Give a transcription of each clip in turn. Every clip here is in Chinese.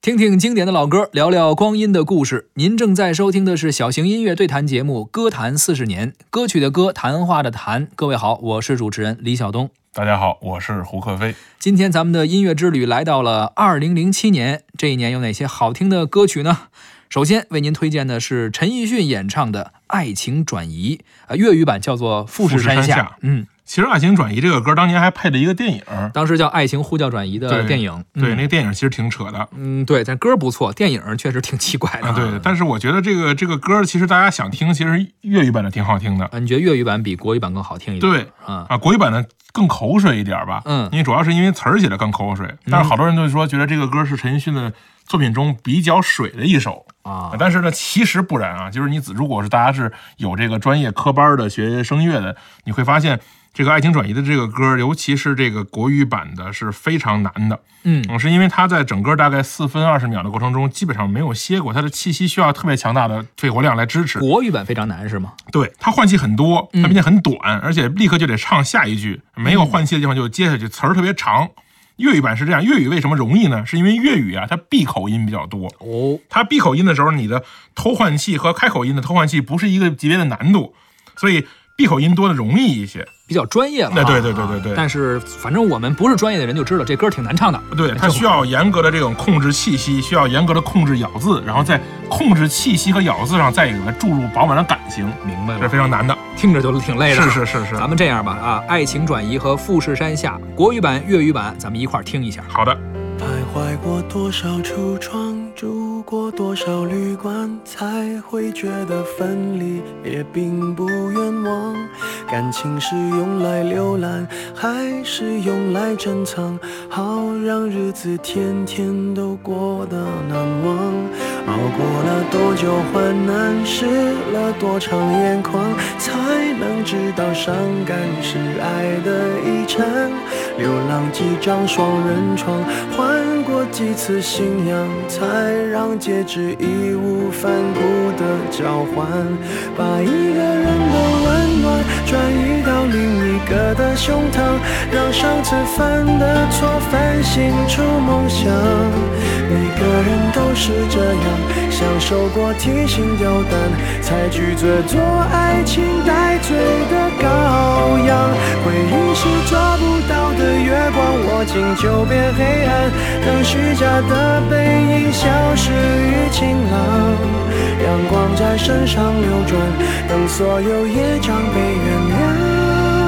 听听经典的老歌，聊聊光阴的故事。您正在收听的是小型音乐对谈节目《歌坛40年》，歌曲的歌，谈话的谈。各位好，我是主持人李晓东。 大家好，我是胡克飞。 今天咱们的音乐之旅来到了2007年，这一年有哪些好听的歌曲呢？首先为您推荐的是陈奕迅演唱的《爱情转移》，粤语版叫做《富士山下》。 其实《爱情转移》这个歌当年还配了一个电影， 当时叫《爱情呼叫转移》的电影。 对，那个电影其实挺扯的。 对，但歌不错，电影确实挺奇怪的。 对，但是我觉得这个歌其实大家想听，其实粤语版的挺好听的。 你觉得粤语版比国语版更好听一点？ 对，国语版的更口水一点吧。因为主要是因为词儿写的更口水。但是好多人都说觉得这个歌是陈奕迅的作品中比较水的一首但是呢，其实不然啊。就是如果是大家是有这个专业科班的学声乐的，你会发现这个《爱情转移》的这个歌，尤其是这个国语版的是非常难的。是因为它在整个大概4分20秒的过程中，基本上没有歇过，它的气息需要特别强大的肺活量来支持。 国语版非常难是吗？ 对，它换气很多，它并且很短，而且立刻就得唱下一句，没有换气的地方就接下去，词儿特别长。粤语版是这样，粤语为什么容易呢？是因为粤语啊，它闭口音比较多。它闭口音的时候，你的偷换气和开口音的偷换气不是一个级别的难度，所以闭口音多的容易一些， 比较专业了。 对。 但是反正我们不是专业的人就知道这歌挺难唱的。 对，它需要严格的这种控制气息，需要严格的控制咬字，然后在控制气息和咬字上再给它注入饱满的感情。明白了，这是非常难的， 听着就挺累的。 是。 咱们这样吧，《爱情转移》和《富士山下》国语版、粤语版，咱们一块儿听一下。 好的。 徘徊过多少橱窗，住过多少旅馆，才会觉得分离也并不冤枉。感情是用来浏览，还是用来珍藏？好让日子天天都过得难忘。熬过了多久患难，湿了多长眼眶，才能知道伤感是爱的遗产。流浪几张双人床，换过几次信仰，才让戒指义无反顾的交换。把一个人的温暖转移到另一个的胸膛，让上次犯的错反省出梦想。每个人都是这样，享受过提心吊胆，才拒绝做爱情带罪的羔羊。回忆是抓不到的月光，握紧就变黑暗，等虚假的背影消失于晴朗。阳光在身上流转，等所有业障被原谅。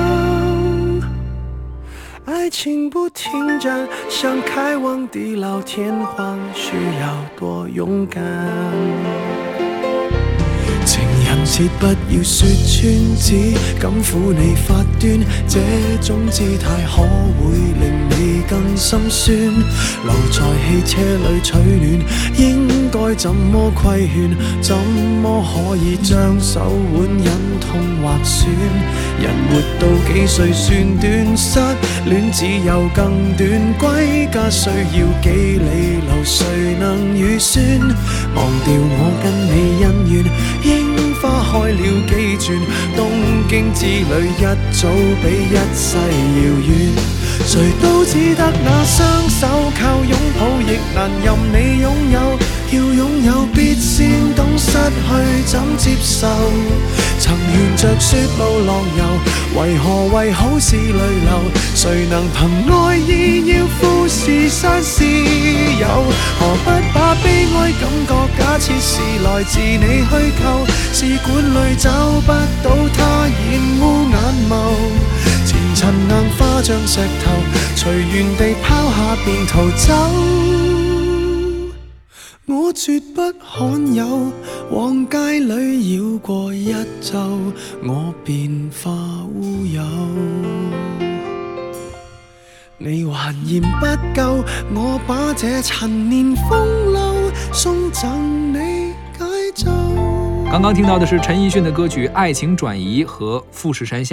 爱情不停站，想开往地老天荒，需要多勇敢。情人節不要說穿，只敢撫你發端，這種姿態可會令你更心酸。留在汽車裏取暖，應該怎麼規勸？怎麼可以將手腕忍痛劃損？人活到幾歲算短？失戀只有更短，歸家需要幾里路，誰能預算？忘掉我跟你恩怨，櫻花開了幾轉，東京之旅一早比一世遙遠。誰都只得那雙手，靠擁抱亦難任你擁有。要擁有必先懂失去怎接受。曾沿着雪路浪遊，為何為好事淚流？誰能憑愛意要富士山私有？何不把悲哀感覺假設是來自你虛構？試管裏找不到它，染污眼眸。前塵硬化像石頭，隨緣地拋下便逃走。我絕不罕有，往街裏繞過一晝，我便化烏有。你還嫌不夠，我把這陳年風流送贈你解咒。 剛剛聽到的是陳奕迅的歌曲《愛情轉移》和《富士山下》。